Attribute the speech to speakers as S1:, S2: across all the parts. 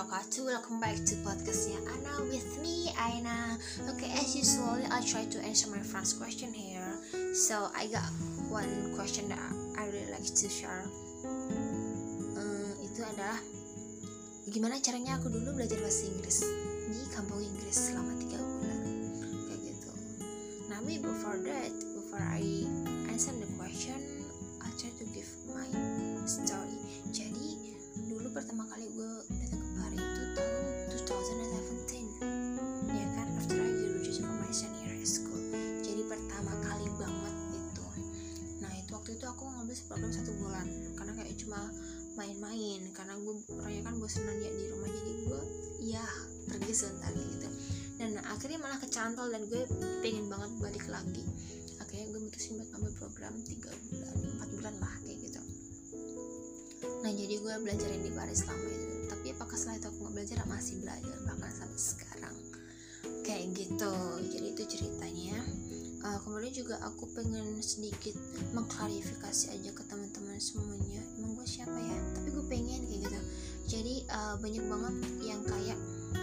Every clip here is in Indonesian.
S1: wabarakatuh. Welcome back to podcastnya Ana with me, Aina. Okay, as usual, I'll try to answer my friend's question here. So I got one question that I really like to share. Itu adalah gimana caranya aku dulu belajar bahasa Inggris di kampung Inggris selama 3 bulan kayak gitu. Nah, before I answer the question, I'll try to give my story. Jadi dulu pertama kali gue datang ke Paris itu tahun 2017, ya kan, after I graduated from my senior high school. Jadi pertama kali banget itu. Nah, waktu itu aku ngambil program 1 bulan karena kayak cuma main-main, karena gue orangnya kan bosenan ya di rumah, jadi gue pergi sebentar gitu. Dan akhirnya malah kecantol dan gue pengen banget balik lagi. Akhirnya gue mutusin buat ngambil program 4 bulan lah kayak gitu. Nah, jadi gue belajarin di Paris selama itu. Tapi apakah setelah itu aku gak belajar? Masih belajar, bahkan sampai sekarang kayak gitu. Jadi itu ceritanya. Kemudian juga aku pengen sedikit mengklarifikasi aja ke teman-teman semuanya, emang gue siapa ya, tapi gue pengen kayak gitu. Jadi banyak banget yang kayak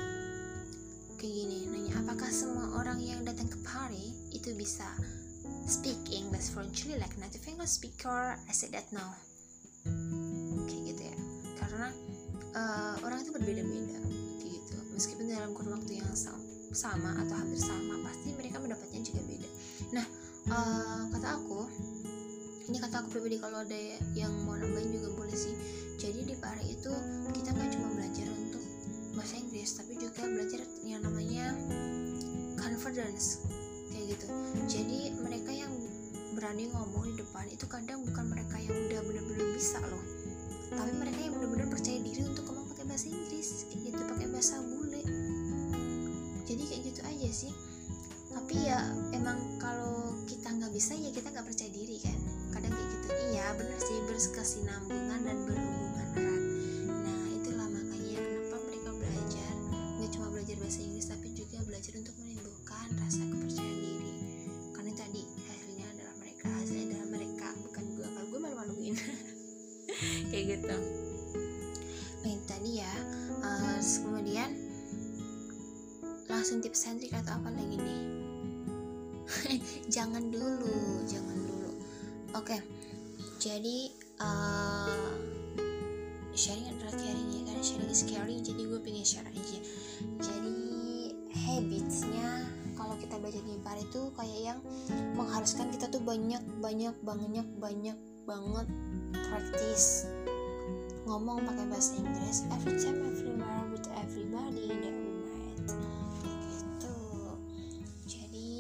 S1: gini nanya, apakah semua orang yang datang ke Paris itu bisa speak English fluently like native English speaker? I said that no, kayak gitu ya, karena orang itu berbeda-beda kayak gitu. Meskipun dalam kurun waktu yang sama atau hampir sama, pasti mereka mendapatnya juga beda. Nah, kata aku pribadi, kalau ada yang mau nambahin juga boleh sih. Jadi di Paris itu kita nggak cuma belajar untuk bahasa Inggris, tapi juga belajar yang namanya confidence kayak gitu. Jadi mereka yang berani ngomong di depan itu kadang bukan mereka yang udah benar-benar bisa loh, tapi mereka yang benar-benar percaya diri untuk ngomong pakai bahasa Inggris kayak gitu, pakai bahasa bule. Jadi kayak gitu aja sih. Tapi ya emang kalau kita nggak bisa ya kita nggak percaya diri kan, kadang kayak gitu. Iya benar sih, berkesinambungan dan berhubungan erat. Nah, itulah makanya kenapa mereka belajar, nggak cuma belajar bahasa Inggris tapi juga belajar untuk menimbulkan rasa kepercayaan diri. Karena tadi hasilnya adalah mereka, bukan gue. Kalau gue malu-maluin kayak gitu. Nah, itu tadi ya. Kemudian langsung tips and trick atau apa lagi nih? jangan dulu. Oke, jadi sharing adalah caring ya kan, sharing is caring. Jadi gue pengen share aja. Jadi habitsnya kalau kita belajar di Paris itu kayak yang mengharuskan kita tuh banyak banget praktis ngomong pakai bahasa Inggris every time, everywhere, with everybody that we met gitu. Jadi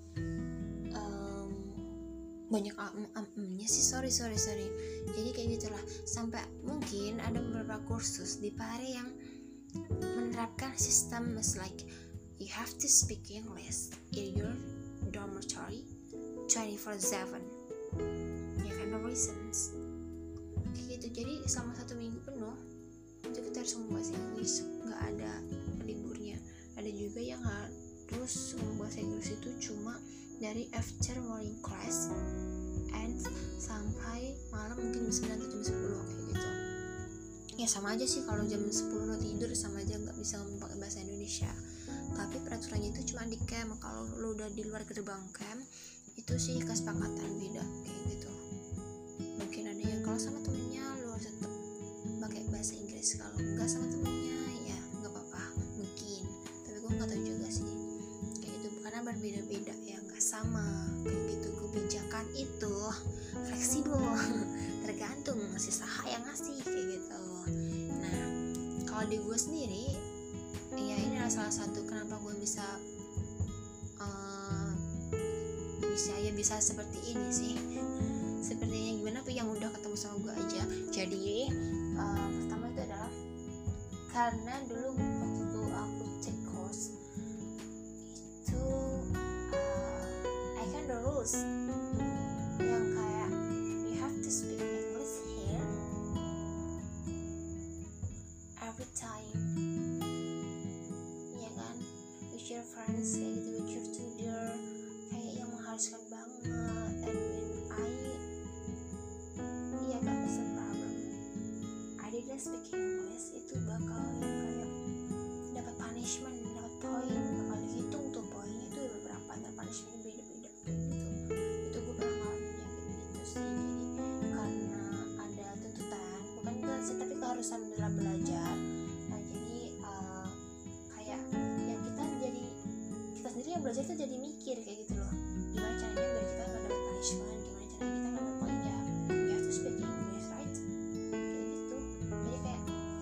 S1: banyak nya sih, sorry. Jadi kayak gitulah. Sampai mungkin ada beberapa kursus di Paris yang menerapkan sistem like you have to speak English in your dormitory 24/7 ya kan, no reasons kayak gitu. Jadi selama 1 minggu penuh itu kita harus ngomong bahasa Inggris, nggak ada liburnya. Ada juga yang harus ngomong bahasa Inggris itu cuma dari after morning class and sampai malam, mungkin jam 9 atau jam 10 kayak gitu. Ya sama aja sih, kalau jam 10 lo tidur sama aja nggak bisa ngomong pakai bahasa Indonesia. Tapi peraturannya itu cuma di camp. Kalau lo udah di luar gerbang camp itu sih kesepakatan beda kayak gitu. Mungkin ada yang kalau sama temennya lo harus tetap pakai bahasa Inggris, kalau nggak sama temennya ya nggak apa-apa mungkin. Tapi gue nggak tahu juga sih kayak gitu, karena berbeda-beda ya, nggak sama kayak gitu. Kebijakan itu fleksibel tergantung si saha yang ngasih kayak gitu. Nah, kalau di gue sendiri ya ini adalah salah satu kenapa gue bisa seperti ini sih. Sepertinya gimana tuh yang udah ketemu sama gue aja. Jadi pertama itu adalah karena dulu waktu itu aku take course itu I can the rules yang kayak you have to speak English here every time, ya kan, with your friends kayak gitu, with your tutor, kayak yang mengharuskan banget. And when I didn't speak English, itu bakal yang kayak belajar tuh jadi mikir kayak gitu loh, gimana caranya biar kita nggak dapat punishment, gimana caranya kita nggak dapat ya you have to speak English, right? Kayak gitu. Jadi kayak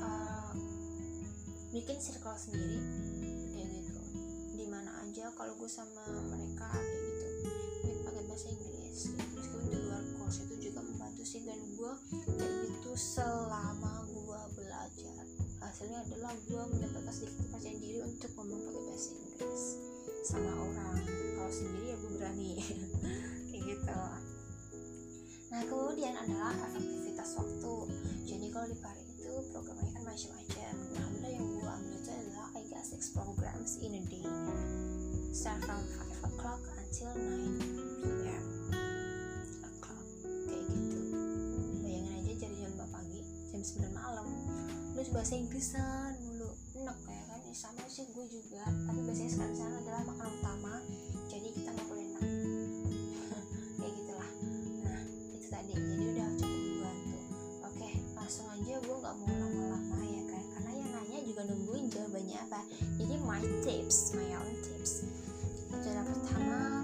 S1: bikin circle sendiri kayak gitu, dimana aja kalau gue sama mereka kayak gitu pakai bahasa Inggris. Meskipun di luar course itu juga membantu sih, dan gue kayak gitu selama gue belajar hasilnya adalah gue mendapatkan sedikit kepercayaan diri untuk ngomong pakai bahasa Inggris sama orang. Kalau sendiri ya gue berani kayak gitu. Nah kemudian adalah efektivitas waktu. Jadi kalau di PARI itu programnya kan macam-macam. Nah yang gue ambil itu adalah I got 6 programs in a day, start from 5 o'clock until 9 p.m. o'clock kayak gitu. Bayangin aja dari jam 4 pagi jam 9 malam terus bahasa Inggrisan mulu, enak kayak kan. Ya sama sih gue juga, tapi biasanya sekarang sana adalah makanan utama, jadi kita nggak boleh enak kayak gitulah. Nah itu tadi, jadi udah cukup membantu. Oke, langsung aja, gue nggak mau lama-lama ya kan, karena yang nanya juga nungguin jawabannya apa. Jadi my own tips. Cara pertama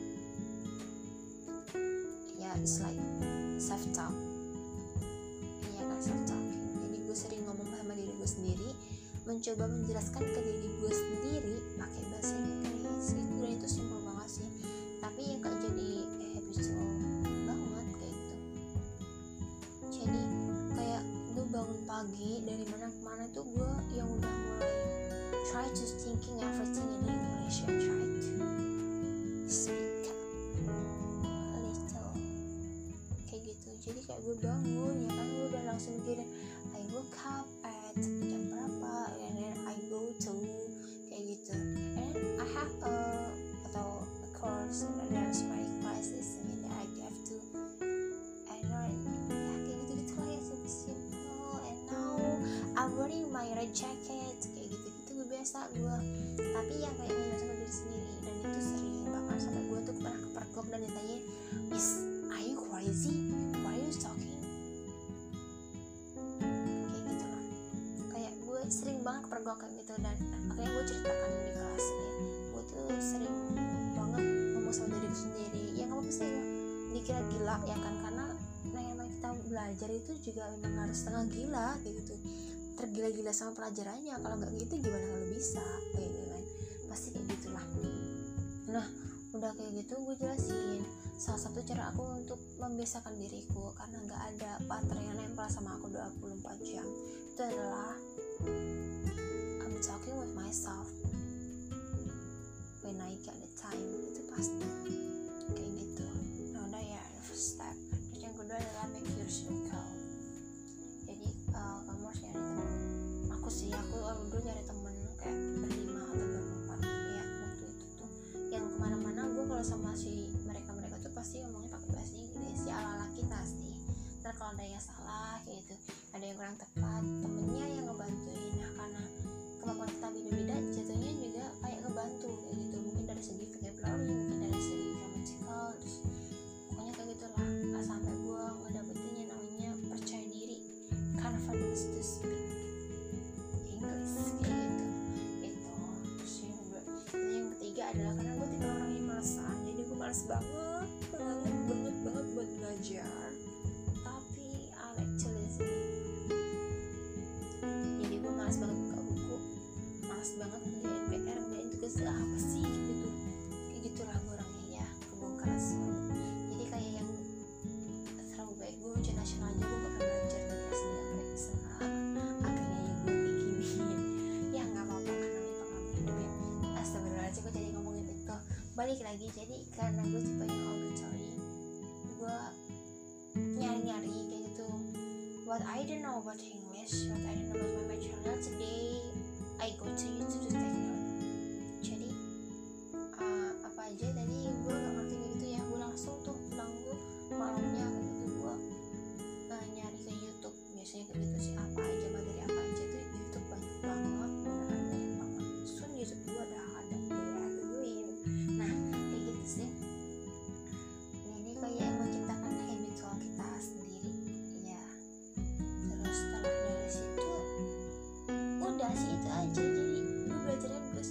S1: ya it's like self talk, iya kan, self talking. Jadi gue sering ngomong sama diri gue sendiri, mencoba menjelaskan ke diri gue sendiri pakai bahasa Inggris gitu. Dan itu simpel banget sih, tapi yang gak jadi habitual banget kayak gitu. Jadi kayak gue bangun pagi dari mana ke mana tuh gue yang udah mulai try to thinking everything in English and try to speak up a little kayak gitu. Jadi kayak gue bangun ya kan, gue udah langsung mikirin I woke up at jam berapa, and then I go to kayak gitu, and I have a course, and there's my classes, and I have to learn ya kayak gitu lah ya, simple. And now I'm wearing my red jacket kayak gitu gue biasa gue, tapi yang kayak ngomong sama diri sendiri. Dan itu sering, bahkan sampai gue tuh pernah kepergok dan ditanya, Miss, are you crazy? Why are you talking? Kayak gitu lah, kayak gue sering banget kepergok kayak gitu. Dan akhirnya gue ceritakan di kelas ya, gue tuh sering banget ngomong sama diri sendiri. Ya nggak apa-apa sih, dikira gila ya kan, karena memang kita belajar itu juga memang harus setengah gila kayak gitu, tergila-gila sama pelajarannya. Kalau nggak gitu gimana kalau bisa kayak gitu kan, pasti kayak gitulah. Nah udah kayak gitu gue jelasin salah satu cara aku untuk membiasakan diriku, karena nggak ada partner yang nempel sama aku 24 jam, itu adalah I'm talking with myself when I get the time. Itu pasti kayak gitu. Nah udah ya, first step. Terus yang kedua adalah make your circle. Jadi kamu harus nyari teman. Aku dulu nyari temen kayak berlima atau berempat ya waktu itu tuh, yang kemana-mana gue kalau sama si mereka tuh pasti ngomongnya pakai bahasa Inggris ya, ala-ala kita sih. Ntar kalau ada yang salah kayak gitu, ada yang kurang tepat, temennya yang ngebantuin. Nah karena kemampuan kita beda-beda, jatuhnya juga kayak ngebantu kayak gitu, mungkin dari segi vocabulary, mungkin dari segi grammatical, terus pokoknya kayak gitulah. Sampai gue ngedapetin yang namanya percaya diri, confidence to speak English kayak gitu. Itu terus yang ketiga adalah karena gue tipe orang yang malesan, jadi gue males banget buat belajar, tapi I like to listen. Jadi gue malas banget buka buku, malas banget ngerjain PR, ngerjain tugas apa sih gitu, kayak gitulah gue orangnya ya, kebongkar semua. Jadi kayak yang terlalu baik, gue ujian nasional aja gue gak pernah belajar dari SD sampai SMA. Akhirnya ya gue kayak gini ya nggak apa-apa, karena ini pengalaman hidup ya. Astagfirullahaladzim, gue jadi ngomongin itu. Balik lagi, jadi karena gue tipe yang auditory, gue nyari-nyari kayak gitu. What I don't know about English, what I don't know about my material today, I go to YouTube to take note. Jadi apa aja tadi gue gak ngerti gitu ya, gue langsung tuh pulang gue malamnya kayak gitu, gue nyari ke YouTube. Biasanya kayak gitu sih, apa aja, materi apa aja tuh di YouTube banyak banget, beneran banyak banget. Soon YouTube gue udah ada diaduin. Nah kayak gitu sih, ini kayak menciptakan habitual kita sendiri ya. Terus setelah dari situ udah sih itu aja. Jadi gue belajarnya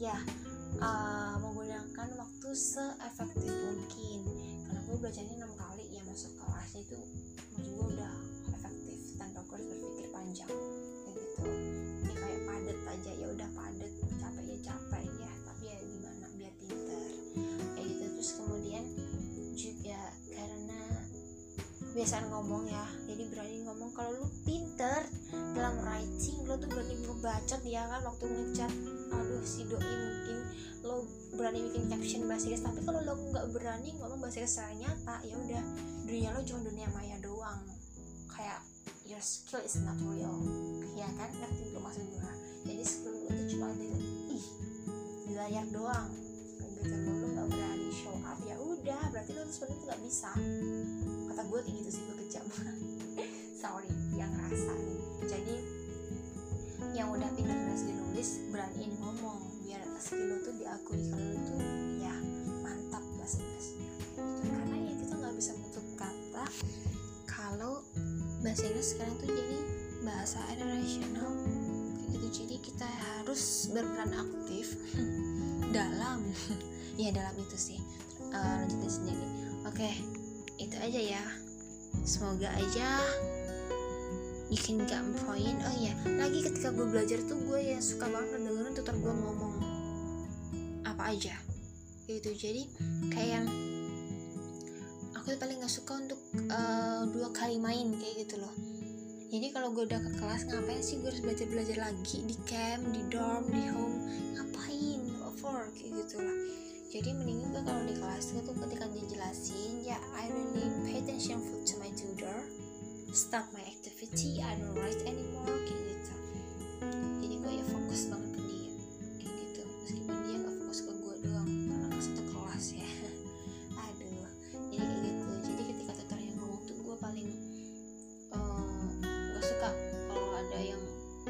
S1: ya menggunakan waktu seefektif mungkin, karena gue belajarnya 6 kali ya masuk kelasnya itu maksud gue udah efektif tanpa gue harus berpikir panjang kayak gitu. Ini kayak padet aja, ya udah padet, capek ya capek ya, tapi ya gimana biar pinter kayak gitu. Terus kemudian juga karena kebiasaan ngomong ya, jadi berani ngomong. Kalau lu pinter dalam writing, lo tuh berani ngebacot ya kan waktu ngechat, aduh si doi mungkin lo berani bikin caption bahasa Inggris, tapi kalau lo nggak berani ngomong bahasa Inggris secara nyata, ya udah dunia lo cuma dunia maya doang, kayak your skill is not real, ya kan, ngerti lo maksud gue? Jadi skill lo tuh cuma di layar doang kayak gitu. Lo nggak berani show up, ya udah berarti lo tuh sebenarnya nggak bisa. Kata gue kayak gitu sih, gue kejam sorry yang rasa nih. Jadi yang udah pintar nulis beraniin ngomong biar skill lo tuh diakui kalau lo tuh ya mantap bahasa Inggrisnya gitu. Karena ya kita nggak bisa menutup kata kalau bahasa Inggris sekarang tuh jadi bahasa internasional kayak gitu. Jadi kita harus berperan aktif dalam ya dalam itu sih. Lanjutin sendiri. Oke, itu aja ya, semoga aja you can get point. Oh iya, lagi ketika gue belajar tuh gue ya suka banget dengerin tutor gue ngomong apa aja gitu. Jadi kayak aku tuh paling gak suka untuk 2 kali main kayak gitu loh. Jadi kalau gue udah ke kelas, ngapain sih gue harus belajar lagi di camp, di dorm, di home, ngapain, over kayak gitu lah. Jadi mending gue kalau di kelas tuh ketika dia jelasin, ya I really pay attention to my tutor, stop my activity, I don't write anymore kayak gitu. Jadi gue ya fokus banget ke dia kayak gitu, meskipun dia gak fokus ke gue doang karena kan satu kelas ya aduh. Jadi kayak gitu. Jadi ketika tutor yang ngomong tuh gue paling gak suka kalau ada yang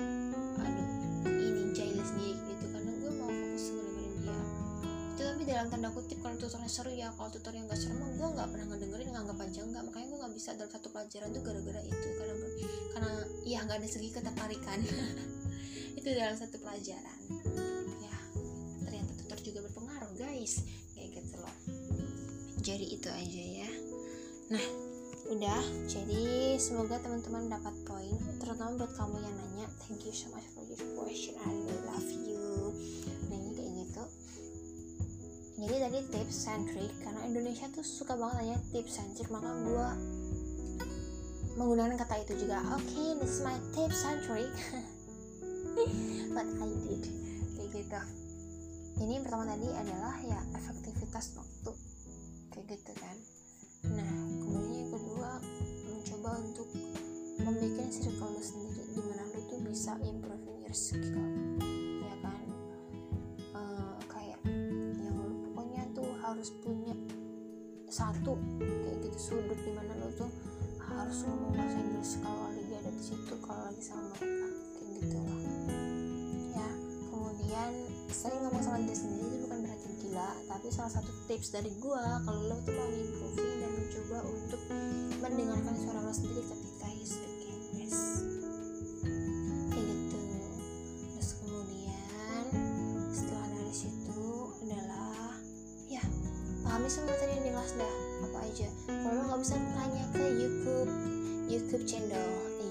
S1: ini jahil sendiri gitu, karena gue mau fokus ngedengerin dia itu. Tapi dalam tanda kutip kalau tutornya seru ya, kalau tutor yang gak seru mah gue gak pernah ngedengerin, nganggap aja enggak. Makanya gue gak bisa dalam satu pelajaran tuh gara-gara itu, karena ya gak ada segi ketertarikan itu dalam satu pelajaran ya. Ternyata tutor juga berpengaruh guys kayak gitu loh. Jadi itu aja ya. Nah udah, jadi semoga teman-teman dapat poin, terutama buat kamu yang nanya. Thank you so much for your question, I really love you. Nah ini kayak gitu. Jadi tadi tips centric, karena Indonesia tuh suka banget nanya tips centric, maka gue menggunakan kata itu juga. Okay, this is my tips centric what I did kayak gitu. Ini yang pertama tadi adalah ya efektivitas waktu kayak gitu kan. Nah kemudian yang kedua, mencoba untuk membuat circle lu sendiri dimana lu tuh bisa improving your skill ya kan. Kayak yang lu pokoknya tuh harus punya satu kayak gitu sudut dimana lu tuh harus ngomong bahasa Inggris kalau lagi ada di situ, kalau lagi sama mereka kayak gitu lah ya. Kemudian sering ngomong sama diri sendiri itu bukan berarti gila, tapi salah satu tips dari gua kalau lo tuh mau improving dan mencoba untuk mendengarkan suara lo sendiri ketika you speak English kayak gitu. Terus kemudian setelah dari situ adalah ya pahami semua tadi yang jelas dah apa aja. Kalau lo nggak bisa tanya ke YouTube channel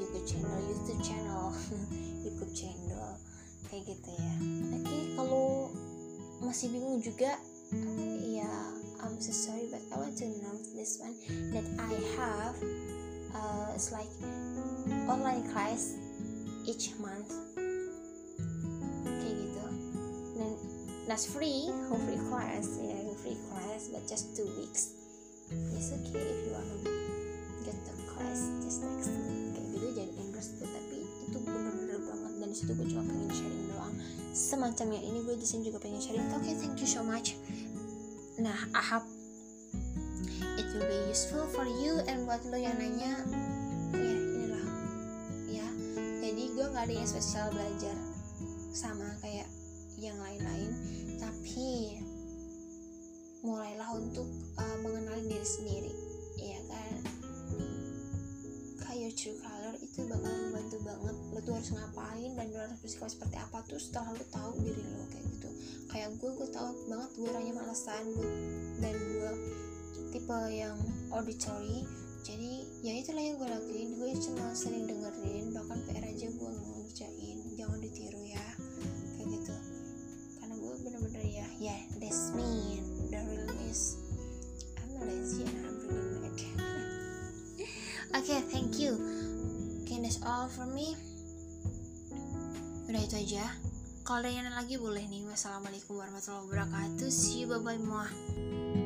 S1: YouTube channel kayak gitu ya. Oke, kalau masih bingung juga ya I'm so sorry but I want to announce this one that I have it's like online class each month kayak gitu. Dan that's free class but just 2 weeks. It's okay if you wanna get the class just next week kayak gitu. Jadi Inggris tuh, tapi itu bener-bener banget. Dan disitu gue cuma pengen sharing doang semacamnya ini. Gue disini juga pengen sharing. Okay, thank you so much. Nah, I hope it will be useful for you. And buat lo yang nanya, ya inilah ya. Jadi gue nggak ada yang spesial belajar sama kayak yang lain-lain, tapi mulailah untuk mengenali diri sendiri, ya kan. Kayak true color itu bakal membantu banget. Lo tuh harus ngapain dan lu harus bersikap seperti apa tuh setelah lu tahu diri lu kayak gitu. Kayak gue tahu banget gue orangnya malesan, dan gue tipe yang auditory. Jadi ya itulah yang gue lakuin, gue cuma sering dengerin, bahkan PR aja gue ngerjain. Jangan ditiru ya kayak gitu, karena gue bener-bener ya that's me, the real is I'm lazy and I'm really mad. Okay, thank you. Okay, that's all from me. Udah itu aja. Kalau ada yang lagi boleh nih. Wassalamualaikum warahmatullahi wabarakatuh. See you, bye bye, muah.